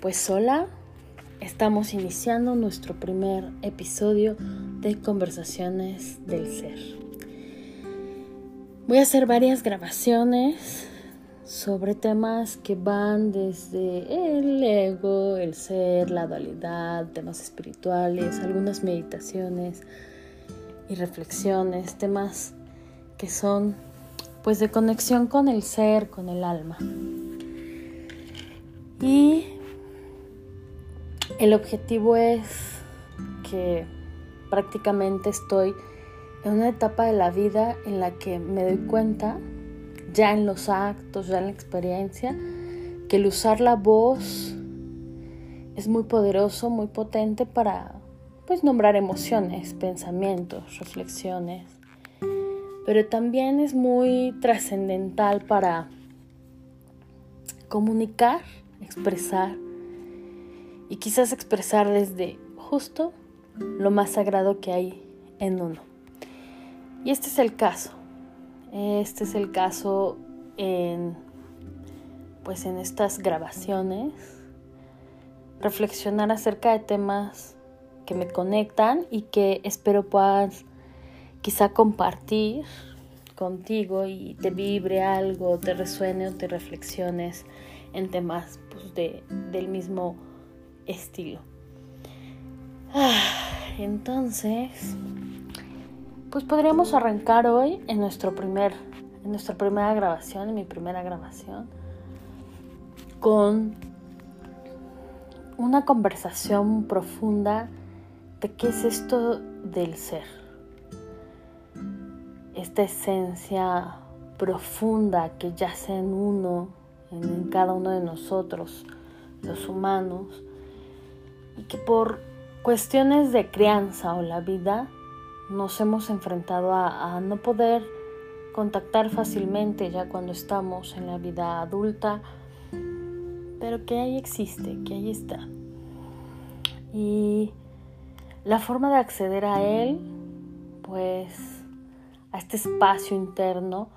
Pues hola, estamos iniciando nuestro primer episodio de Conversaciones del Ser. Voy a hacer varias grabaciones sobre temas que van desde el ego, el ser, la dualidad, temas espirituales, algunas meditaciones y reflexiones, temas que son pues de conexión con el ser, con el alma. Y el objetivo es que prácticamente estoy en una etapa de la vida en la que me doy cuenta, ya en los actos, ya en la experiencia, que el usar la voz es muy poderoso, muy potente para nombrar emociones, pensamientos, reflexiones. Pero también es muy trascendental para comunicar, expresar y quizás expresar desde justo lo más sagrado que hay en uno. Y este es el caso. Este es el caso en estas grabaciones. Reflexionar acerca de temas que me conectan y que espero puedas quizá compartir contigo y te vibre algo, te resuene o te reflexiones en temas del mismo estilo. Entonces, podríamos arrancar hoy en nuestra primera grabación, en mi primera grabación, con una conversación profunda de qué es esto del ser. Esta esencia profunda que yace en uno, en cada uno de nosotros, los humanos, y que por cuestiones de crianza o la vida nos hemos enfrentado a no poder contactar fácilmente ya cuando estamos en la vida adulta, pero que ahí existe, que ahí está. Y la forma de acceder a él, a este espacio interno,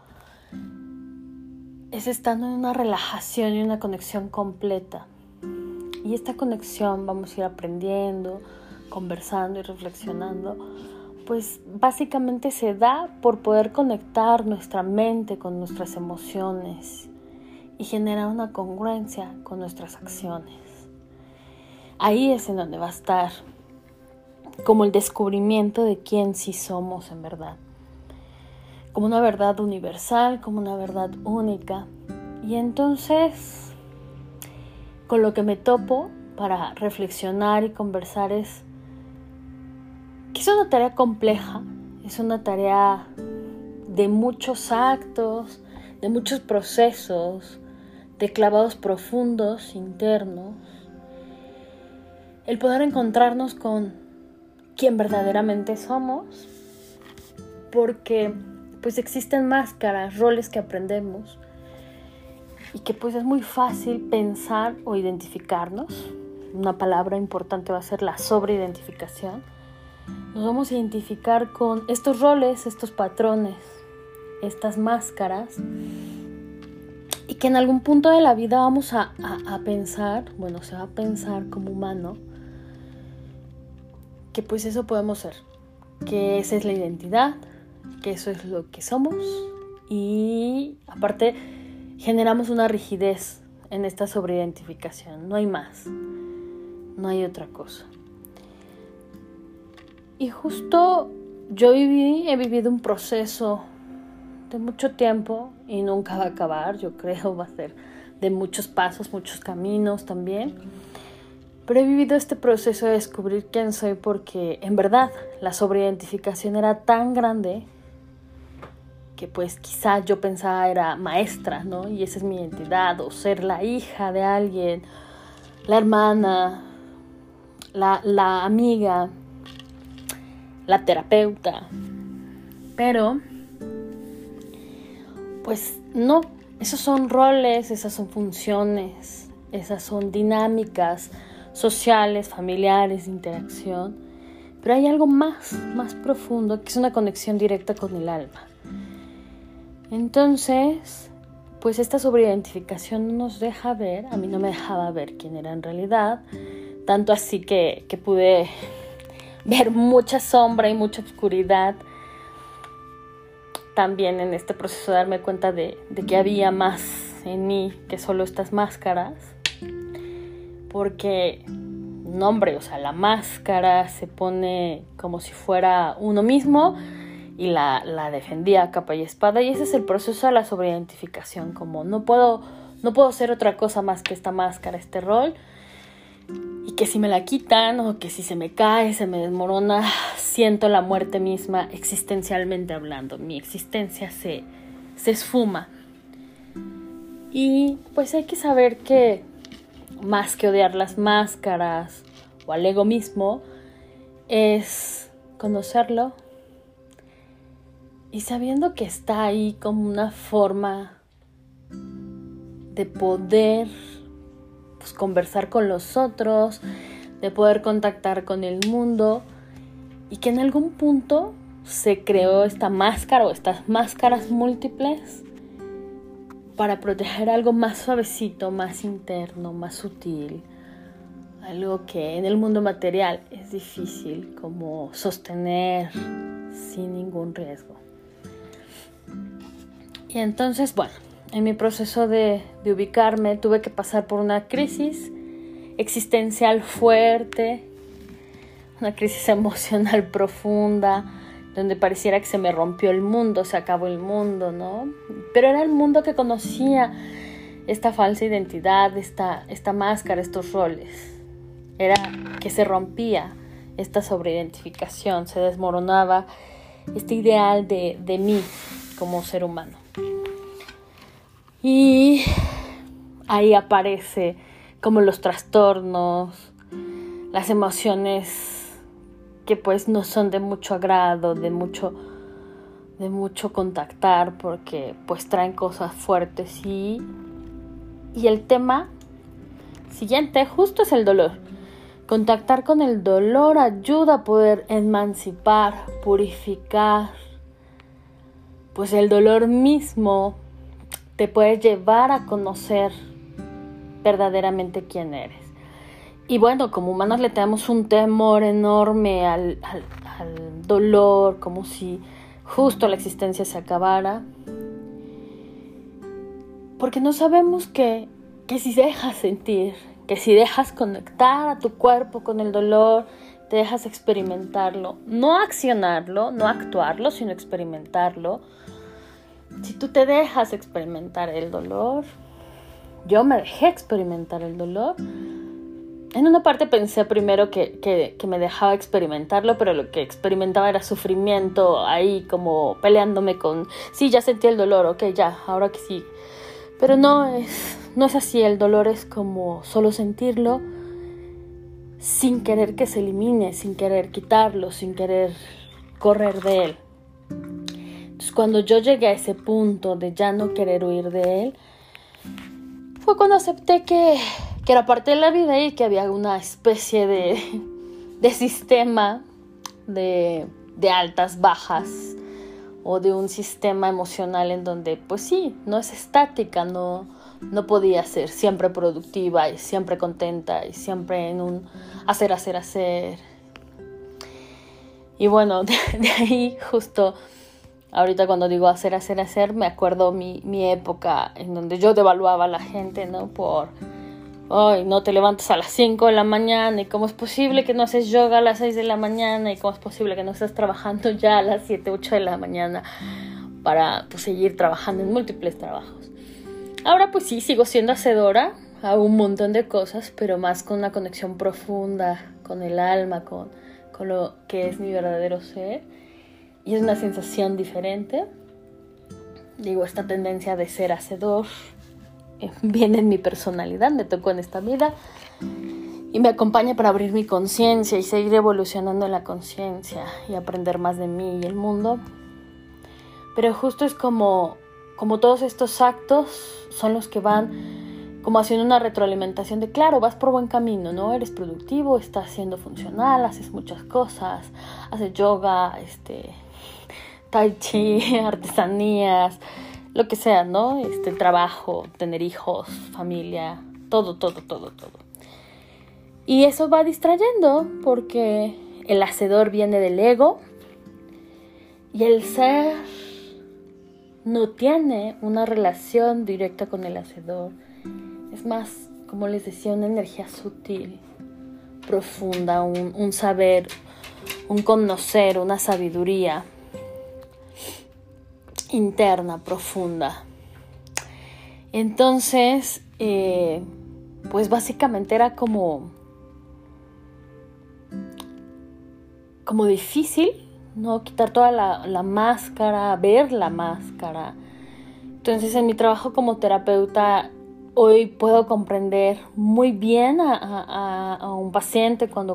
es estando en una relajación y una conexión completa. Y esta conexión vamos a ir aprendiendo, conversando y reflexionando, básicamente se da por poder conectar nuestra mente con nuestras emociones y generar una congruencia con nuestras acciones. Ahí es en donde va a estar como el descubrimiento de quién sí somos en verdad. Como una verdad universal, como una verdad única. Y entonces, con lo que me topo para reflexionar y conversar es que es una tarea compleja, es una tarea de muchos actos, de muchos procesos, de clavados profundos, internos. El poder encontrarnos con quién verdaderamente somos, porque existen máscaras, roles que aprendemos y que es muy fácil pensar o identificarnos. Una palabra importante va a ser la sobreidentificación. Nos vamos a identificar con estos roles, estos patrones, estas máscaras, y que en algún punto de la vida vamos a pensar, se va a pensar como humano, que eso podemos ser, que esa es la identidad, que eso es lo que somos, y aparte generamos una rigidez en esta sobreidentificación. No hay más, no hay otra cosa. Y justo yo he vivido un proceso de mucho tiempo y nunca va a acabar, yo creo, va a ser de muchos pasos, muchos caminos también. Pero he vivido este proceso de descubrir quién soy porque en verdad la sobreidentificación era tan grande que quizá yo pensaba era maestra, ¿no? Y esa es mi identidad, o ser la hija de alguien, la hermana, la amiga, la terapeuta. Pero no, esos son roles, esas son funciones, esas son dinámicas sociales, familiares, de interacción. Pero hay algo más profundo, que es una conexión directa con el alma. Entonces, pues esta sobreidentificación no nos deja ver, a mí no me dejaba ver quién era en realidad, tanto así que pude ver mucha sombra y mucha oscuridad también en este proceso de darme cuenta de que había más en mí que solo estas máscaras, porque, no hombre, o sea, la máscara se pone como si fuera uno mismo y la defendía a capa y espada, y ese es el proceso de la sobreidentificación, como no puedo ser otra cosa más que esta máscara, este rol, y que si me la quitan o que si se me cae, se me desmorona, siento la muerte misma existencialmente hablando, mi existencia se esfuma. Y pues hay que saber que más que odiar las máscaras o al ego mismo, es conocerlo y sabiendo que está ahí como una forma de poder pues, conversar con los otros, de poder contactar con el mundo, y que en algún punto se creó esta máscara o estas máscaras múltiples para proteger algo más suavecito, más interno, más sutil, algo que en el mundo material es difícil como sostener sin ningún riesgo. Y entonces, bueno, en mi proceso de ubicarme tuve que pasar por una crisis existencial fuerte, una crisis emocional profunda, donde pareciera que se me rompió el mundo, se acabó el mundo, ¿no? Pero era el mundo que conocía esta falsa identidad, esta máscara, estos roles. Era que se rompía esta sobreidentificación, se desmoronaba este ideal de mí como ser humano. Y ahí aparece como los trastornos, las emociones que pues no son de mucho agrado, de mucho contactar, porque pues traen cosas fuertes y el tema siguiente justo es el dolor. Contactar con el dolor ayuda a poder emancipar, purificar, pues el dolor mismo te puede llevar a conocer verdaderamente quién eres. Y bueno, como humanos le tenemos un temor enorme al dolor, como si justo la existencia se acabara. Porque no sabemos que si dejas sentir, que si dejas conectar a tu cuerpo con el dolor, te dejas experimentarlo, no accionarlo, no actuarlo, sino experimentarlo. Si tú te dejas experimentar el dolor, yo me dejé experimentar el dolor. En una parte pensé primero que me dejaba experimentarlo, pero lo que experimentaba era sufrimiento, ahí como peleándome con, sí, ya sentí el dolor, ok, ya, ahora que sí. Pero no es así, el dolor es como solo sentirlo sin querer que se elimine, sin querer quitarlo, sin querer correr de él. Entonces cuando yo llegué a ese punto de ya no querer huir de él, fue cuando acepté que era parte de la vida y que había una especie de sistema de altas, bajas, o de un sistema emocional en donde, pues sí, no es estática, no podía ser siempre productiva y siempre contenta y siempre en un hacer. Y bueno, de ahí justo ahorita cuando digo hacer, me acuerdo mi época en donde yo devaluaba a la gente, ¿no? Por, ay, no te levantas a las 5 de la mañana y cómo es posible que no haces yoga a las 6 de la mañana y cómo es posible que no estés trabajando ya a las 7, 8 de la mañana para pues, seguir trabajando en múltiples trabajos. Ahora pues sí, sigo siendo hacedora, hago un montón de cosas, pero más con una conexión profunda con el alma, con lo que es mi verdadero ser. Y es una sensación diferente. Digo, esta tendencia de ser hacedor viene en mi personalidad, me tocó en esta vida y me acompaña para abrir mi conciencia y seguir evolucionando en la conciencia y aprender más de mí y el mundo. Pero justo es como todos estos actos son los que van como haciendo una retroalimentación de, claro, vas por buen camino, ¿no? Eres productivo, estás siendo funcional, haces muchas cosas, haces yoga, tai chi, artesanías, lo que sea, ¿no? Trabajo, tener hijos, familia, todo. Y eso va distrayendo porque el hacedor viene del ego y el ser no tiene una relación directa con el hacedor. Es más, como les decía, una energía sutil, profunda, un saber, un conocer, una sabiduría interna, profunda. Entonces, pues básicamente era como difícil, ¿no? Quitar toda la máscara, ver la máscara. Entonces, en mi trabajo como terapeuta, hoy puedo comprender muy bien a un paciente cuando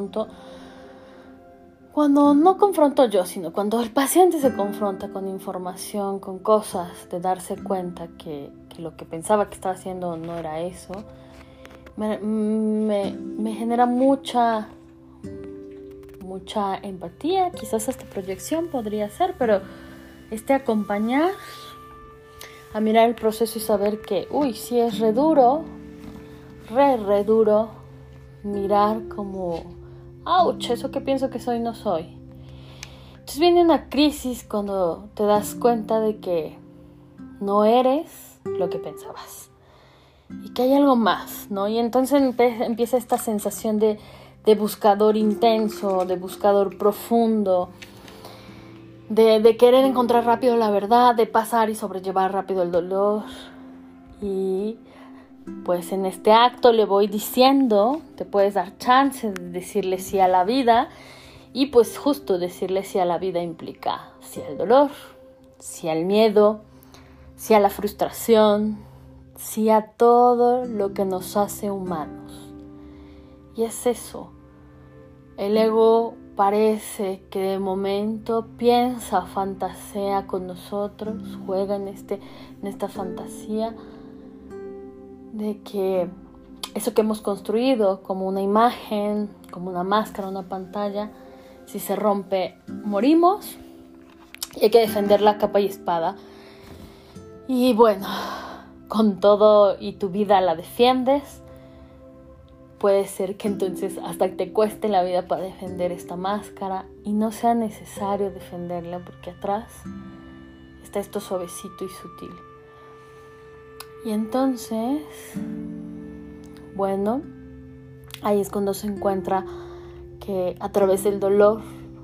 no confronto yo, sino cuando el paciente se confronta con información, con cosas, de darse cuenta que lo que pensaba que estaba haciendo no era eso, me genera mucha empatía, quizás hasta proyección podría ser, pero acompañar a mirar el proceso y saber que, sí es re duro mirar como, ouch, eso que pienso que soy no soy. Entonces viene una crisis cuando te das cuenta de que no eres lo que pensabas y que hay algo más, ¿no? Y entonces empieza esta sensación de buscador intenso, de buscador profundo, de querer encontrar rápido la verdad, de pasar y sobrellevar rápido el dolor. Y pues en este acto le voy diciendo, te puedes dar chance de decirle sí a la vida, y pues justo decirle sí a la vida implica sí al dolor, sí al miedo, sí a la frustración, sí a todo lo que nos hace humanos. Y es eso. El ego parece que de momento piensa, fantasea con nosotros, juega en esta fantasía de que eso que hemos construido como una imagen, como una máscara, una pantalla, si se rompe, morimos y hay que defenderla capa y espada. Y bueno, con todo y tu vida la defiendes, puede ser que entonces hasta te cueste la vida para defender esta máscara y no sea necesario defenderla porque atrás está esto suavecito y sutil. Y entonces, bueno, ahí es cuando se encuentra que a través del dolor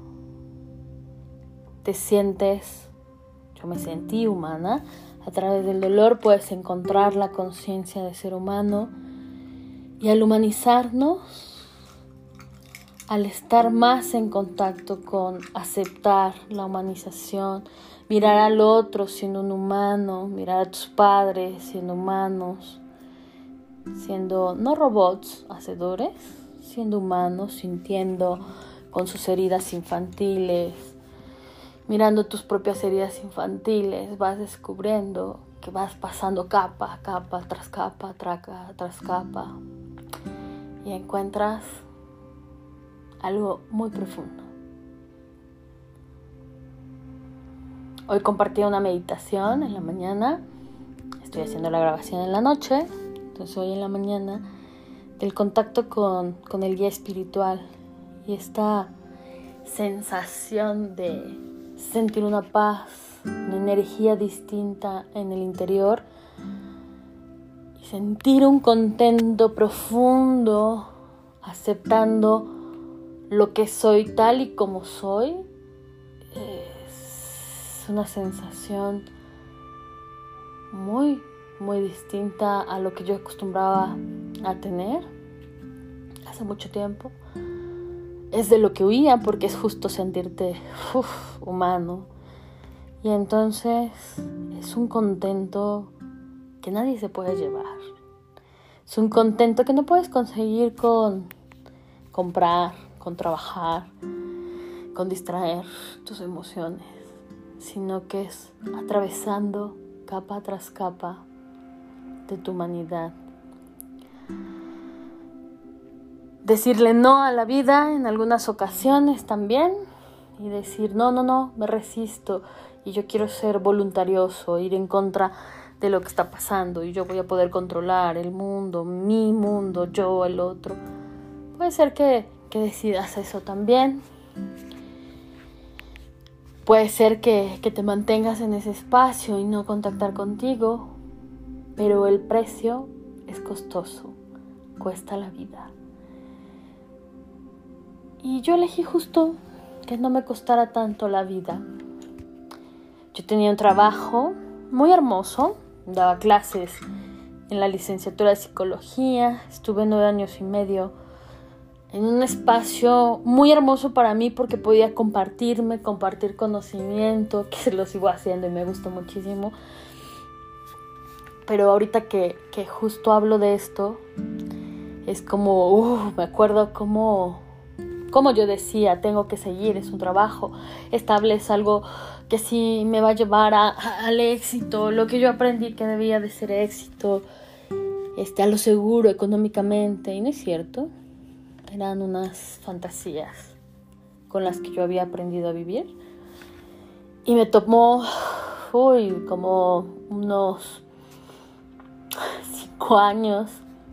te sientes, yo me sentí humana, a través del dolor puedes encontrar la conciencia de ser humano. Y al humanizarnos, al estar más en contacto con aceptar la humanización, mirar al otro siendo un humano, mirar a tus padres siendo humanos, siendo no robots hacedores, siendo humanos, sintiendo con sus heridas infantiles, mirando tus propias heridas infantiles, vas descubriendo que vas pasando capa tras capa, tras capa. Y encuentras algo muy profundo. Hoy compartí una meditación en la mañana. Estoy haciendo la grabación en la noche. Entonces hoy en la mañana del contacto con el guía espiritual. Y esta sensación de sentir una paz, una energía distinta en el interior. Sentir un contento profundo, aceptando lo que soy tal y como soy, es una sensación muy, muy distinta a lo que yo acostumbraba a tener hace mucho tiempo. Es de lo que huía porque es justo sentirte humano. Y entonces es un contento que nadie se puede llevar. Es un contento que no puedes conseguir con comprar, con trabajar, con distraer tus emociones, sino que es atravesando capa tras capa de tu humanidad. Decirle no a la vida en algunas ocasiones también y decir no, me resisto y yo quiero ser voluntarioso, ir en contra de lo que está pasando y yo voy a poder controlar el mundo, mi mundo, yo, el otro. Puede ser que decidas eso también. Puede ser que te mantengas en ese espacio y no contactar contigo, pero el precio es costoso, cuesta la vida. Y yo elegí justo que no me costara tanto la vida. Yo tenía un trabajo muy hermoso, daba clases en la licenciatura de psicología, estuve 9 años y medio en un espacio muy hermoso para mí porque podía compartir conocimiento, que lo sigo haciendo y me gusta muchísimo. Pero ahorita que justo hablo de esto, es como, me acuerdo como yo decía, tengo que seguir, es un trabajo estable, es algo que sí me va a llevar al éxito, lo que yo aprendí que debía de ser éxito, a lo seguro económicamente, y no es cierto. Eran unas fantasías con las que yo había aprendido a vivir. Y me tomó, como unos 5 años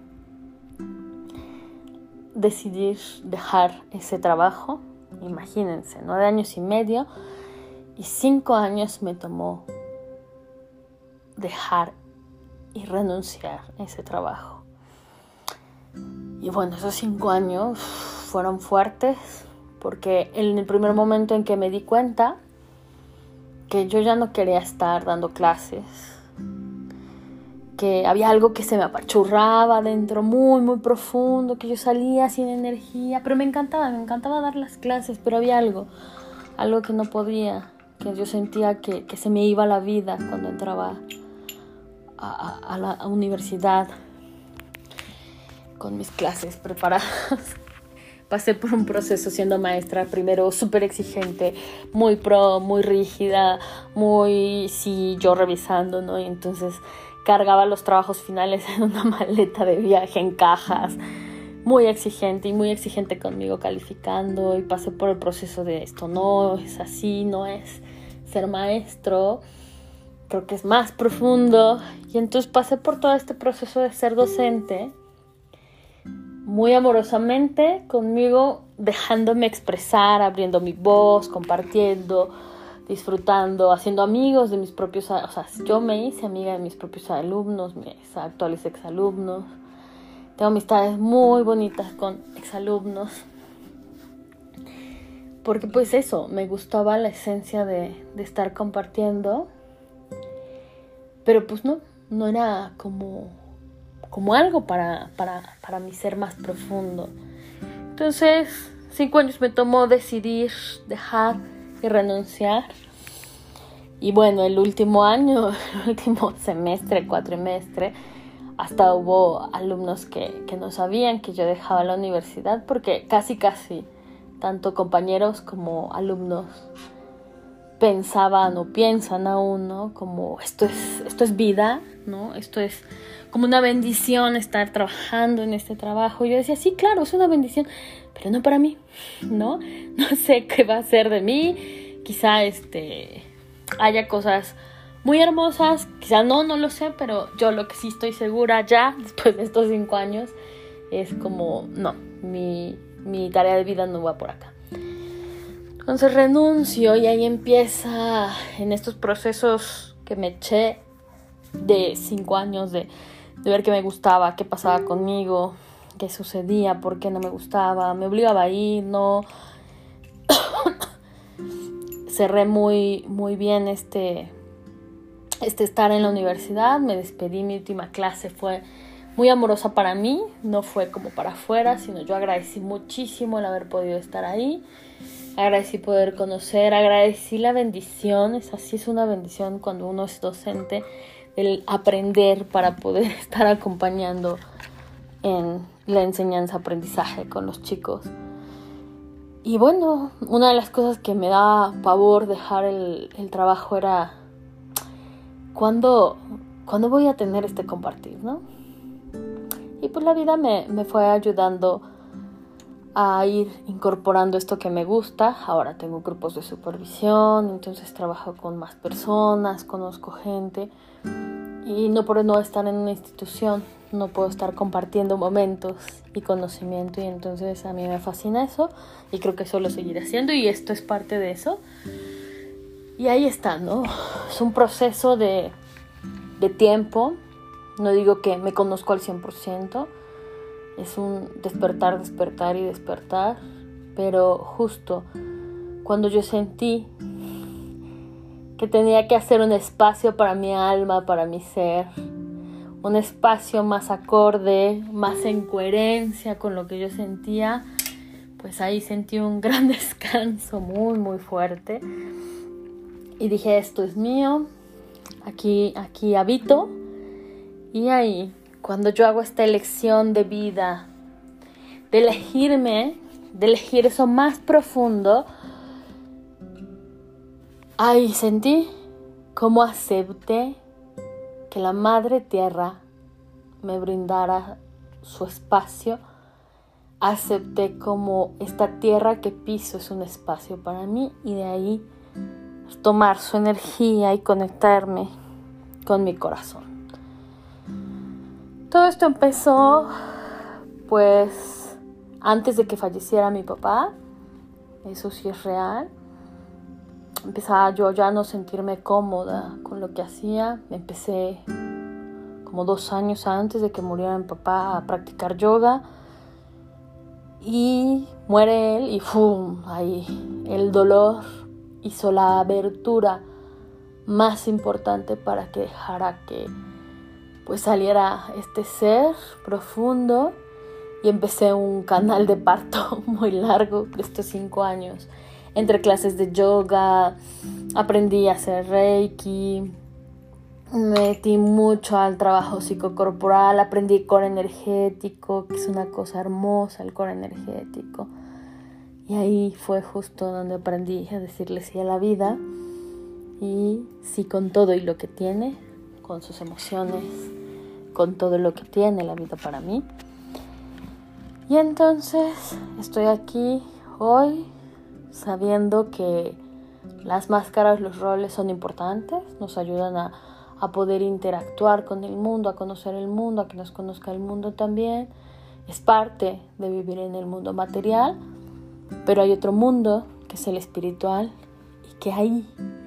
decidir dejar ese trabajo. Imagínense, 9 años y medio y 5 años me tomó dejar y renunciar a ese trabajo. Y bueno, esos 5 años fueron fuertes porque en el primer momento en que me di cuenta que yo ya no quería estar dando clases, que había algo que se me apachurraba dentro muy, muy profundo, que yo salía sin energía, pero me encantaba dar las clases, pero había algo que no podía, que yo sentía que se me iba la vida cuando entraba a la universidad con mis clases preparadas. Pasé por un proceso siendo maestra, primero súper exigente, muy muy rígida, yo revisando, ¿no? Y entonces cargaba los trabajos finales en una maleta de viaje en cajas, muy exigente conmigo calificando, y pasé por el proceso de esto no es así, no es ser maestro, creo que es más profundo. Y entonces pasé por todo este proceso de ser docente, muy amorosamente conmigo, dejándome expresar, abriendo mi voz, compartiendo, disfrutando, haciendo amigos de mis propios, yo me hice amiga de mis propios alumnos, mis actuales exalumnos. Tengo amistades muy bonitas con exalumnos, porque pues eso, me gustaba la esencia de estar compartiendo, pero pues no era como algo para mi ser más profundo. Entonces 5 años me tomó decidir dejar y renunciar. Y bueno, el último año, el último semestre, cuatrimestre, hasta hubo alumnos que no sabían que yo dejaba la universidad, porque casi tanto compañeros como alumnos pensaban o piensan aún, ¿no? Como esto es vida, ¿no? Esto es como una bendición estar trabajando en este trabajo. Y yo decía, sí, claro, es una bendición, pero no para mí, ¿no? No sé qué va a ser de mí. Quizá haya cosas muy hermosas, quizá no lo sé, pero yo lo que sí estoy segura ya, después de estos 5 años, es como, no, mi tarea de vida no va por acá. Entonces renuncio y ahí empieza, en estos procesos que me eché de 5 años de ver qué me gustaba, qué pasaba conmigo, qué sucedía, por qué no me gustaba, me obligaba a ir, no. Cerré muy, muy bien estar en la universidad, me despedí, mi última clase fue muy amorosa para mí, no fue como para afuera, sino yo agradecí muchísimo el haber podido estar ahí, agradecí poder conocer, agradecí la bendición, es una bendición cuando uno es docente, el aprender para poder estar acompañando en la enseñanza-aprendizaje con los chicos. Y bueno, una de las cosas que me da pavor dejar el trabajo era ¿cuándo voy a tener compartir, ¿no? Y pues la vida me fue ayudando a ir incorporando esto que me gusta. Ahora tengo grupos de supervisión, entonces trabajo con más personas, conozco gente y no por no estar en una institución, no puedo estar compartiendo momentos y conocimiento, y entonces a mí me fascina eso y creo que eso lo seguiré haciendo y esto es parte de eso. Y ahí está, ¿no? Es un proceso de tiempo, no digo que me conozco al 100%, es un despertar y despertar, pero justo cuando yo sentí que tenía que hacer un espacio para mi alma, para mi ser, un espacio más acorde, más en coherencia con lo que yo sentía, pues ahí sentí un gran descanso muy, muy fuerte. Y dije, esto es mío, aquí habito. Y ahí, cuando yo hago esta elección de vida, de elegirme, de elegir eso más profundo, ahí sentí cómo acepté que la Madre Tierra me brindara su espacio. Acepté como esta tierra que piso es un espacio para mí, y de ahí tomar su energía y conectarme con mi corazón. Todo esto empezó pues antes de que falleciera mi papá, eso sí es real. Empezaba yo ya a no sentirme cómoda con lo que hacía. Empecé como 2 años antes de que muriera mi papá a practicar yoga. Y muere él y ¡fum! Ahí el dolor hizo la abertura más importante para que dejara que pues saliera este ser profundo. Y empecé un canal de parto muy largo de estos 5 años. Entre clases de yoga, aprendí a hacer reiki, me metí mucho al trabajo psicocorporal, aprendí core energético, que es una cosa hermosa el core energético. Y ahí fue justo donde aprendí a decirle sí a la vida, y sí con todo y lo que tiene, con sus emociones, con todo lo que tiene la vida para mí. Y entonces estoy aquí hoy sabiendo que las máscaras, los roles son importantes, nos ayudan a poder interactuar con el mundo, a conocer el mundo, a que nos conozca el mundo también. Es parte de vivir en el mundo material, pero hay otro mundo que es el espiritual, y que ahí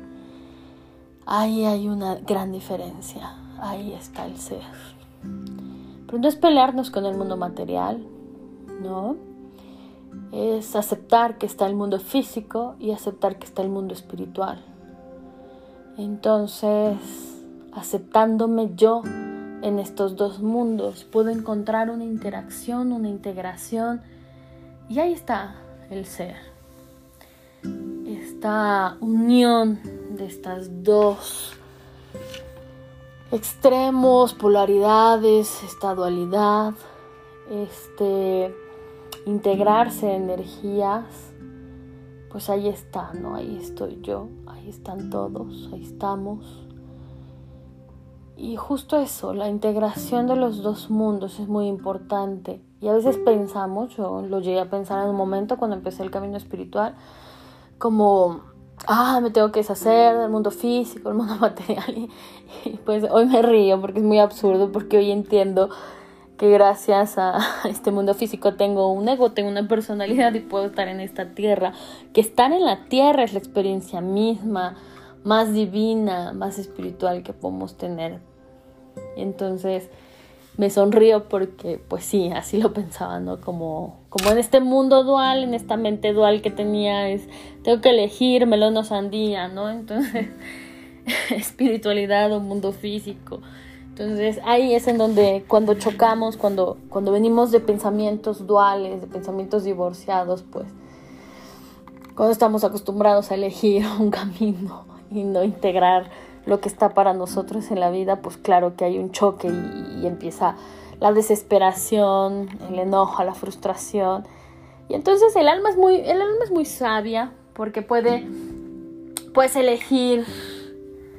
hay una gran diferencia, ahí está el ser. Pero no es pelearnos con el mundo material, ¿no? Es aceptar que está el mundo físico y aceptar que está el mundo espiritual. Entonces, aceptándome yo en estos dos mundos, puedo encontrar una interacción, una integración, y ahí está el ser. Esta unión de estas dos extremos, polaridades, esta dualidad, integrarse energías, pues ahí está, ¿no? Ahí estoy yo, ahí están todos, ahí estamos. Y justo eso, la integración de los dos mundos es muy importante. Y a veces pensamos, yo lo llegué a pensar en un momento cuando empecé el camino espiritual, como, me tengo que deshacer del mundo físico, del mundo material. Y pues hoy me río porque es muy absurdo, porque hoy entiendo que gracias a este mundo físico tengo un ego, tengo una personalidad y puedo estar en esta tierra. Que estar en la tierra es la experiencia misma, más divina, más espiritual que podemos tener. Y entonces me sonrío porque, pues sí, así lo pensaba, ¿no? Como en este mundo dual, en esta mente dual que tenía, tengo que elegir melón o sandía, ¿no? Entonces, espiritualidad o mundo físico. Entonces ahí es en donde cuando chocamos, cuando venimos de pensamientos duales, de pensamientos divorciados, pues cuando estamos acostumbrados a elegir un camino y no integrar lo que está para nosotros en la vida, pues claro que hay un choque y empieza la desesperación, el enojo, la frustración. Y entonces el alma es muy sabia, porque puedes elegir.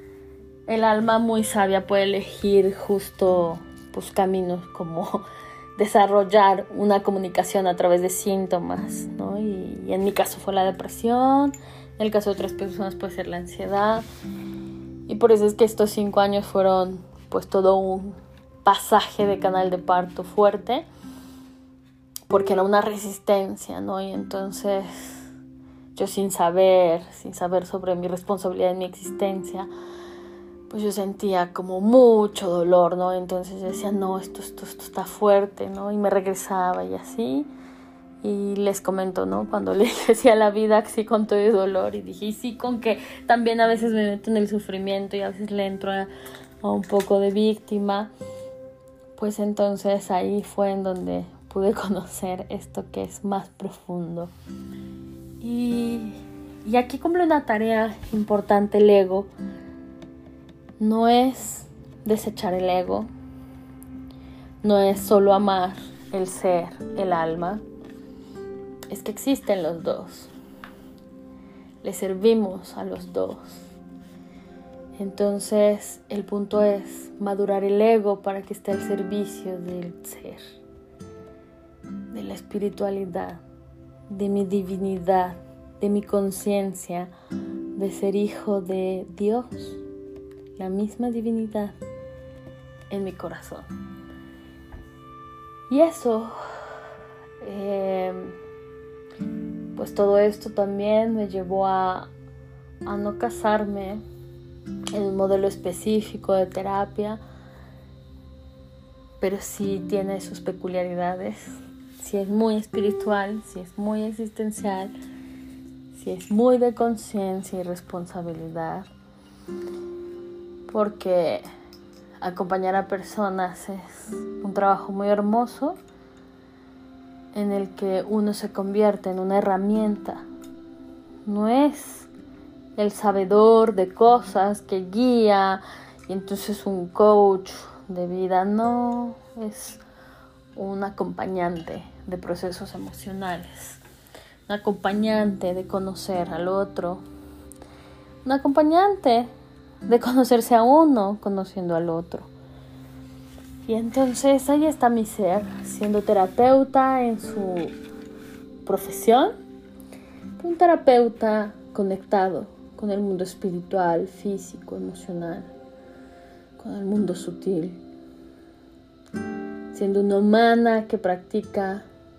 El alma muy sabia puede elegir justo pues caminos como desarrollar una comunicación a través de síntomas, ¿no? Y en mi caso fue la depresión, en el caso de otras personas puede ser la ansiedad. Y por eso es que estos 5 años fueron pues todo un pasaje de canal de parto fuerte, porque era una resistencia, ¿no? Y entonces yo sin saber sobre mi responsabilidad en mi existencia, pues yo sentía como mucho dolor, ¿no? Entonces yo decía, no, esto está fuerte, ¿no? Y me regresaba y así. Y les comento, ¿no? Cuando le decía la vida así con todo el dolor, y dije, y sí, con que también a veces me meto en el sufrimiento y a veces le entro a un poco de víctima, pues entonces ahí fue en donde pude conocer esto que es más profundo. Y aquí cumple una tarea importante el ego. No es desechar el ego, no es solo amar el ser, el alma, es que existen los dos, le servimos a los dos. Entonces el punto es madurar el ego para que esté al servicio del ser, de la espiritualidad, de mi divinidad, de mi conciencia, de ser hijo de Dios, la misma divinidad en mi corazón. Y eso, pues todo esto también me llevó a no casarme en un modelo específico de terapia, pero sí tiene sus peculiaridades. Sí es muy espiritual, sí es muy existencial, sí es muy de conciencia y responsabilidad, porque acompañar a personas es un trabajo muy hermoso en el que uno se convierte en una herramienta. No es el sabedor de cosas que guía y entonces un coach de vida, no, es un acompañante de procesos emocionales, un acompañante de conocer al otro, un acompañante de conocerse a uno conociendo al otro. Y entonces ahí está mi ser, siendo terapeuta en su profesión, un terapeuta conectado con el mundo espiritual, físico, emocional, con el mundo sutil, siendo una humana que practica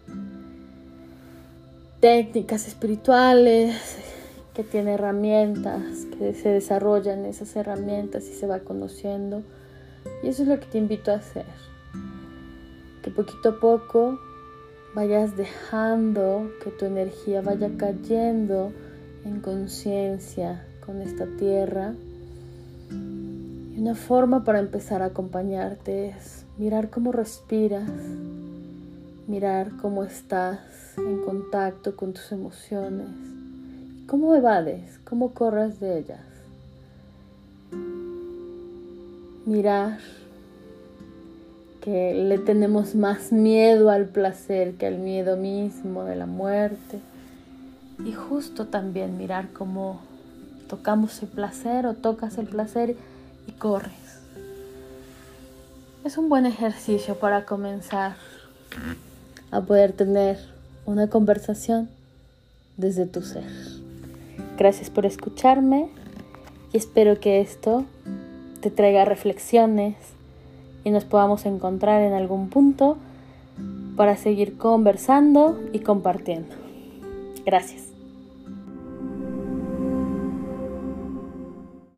técnicas espirituales, que tiene herramientas, que se desarrollan esas herramientas y se va conociendo. Y eso es lo que te invito a hacer, que poquito a poco vayas dejando que tu energía vaya cayendo en conciencia con esta tierra. Y una forma para empezar a acompañarte es mirar cómo respiras, mirar cómo estás en contacto con tus emociones, cómo evades, cómo corres de ellas. Mirar que le tenemos más miedo al placer que al miedo mismo de la muerte. Y justo también mirar cómo tocamos el placer o tocas el placer y corres. Es un buen ejercicio para comenzar a poder tener una conversación desde tu ser. Gracias por escucharme y espero que esto te traiga reflexiones y nos podamos encontrar en algún punto para seguir conversando y compartiendo. Gracias.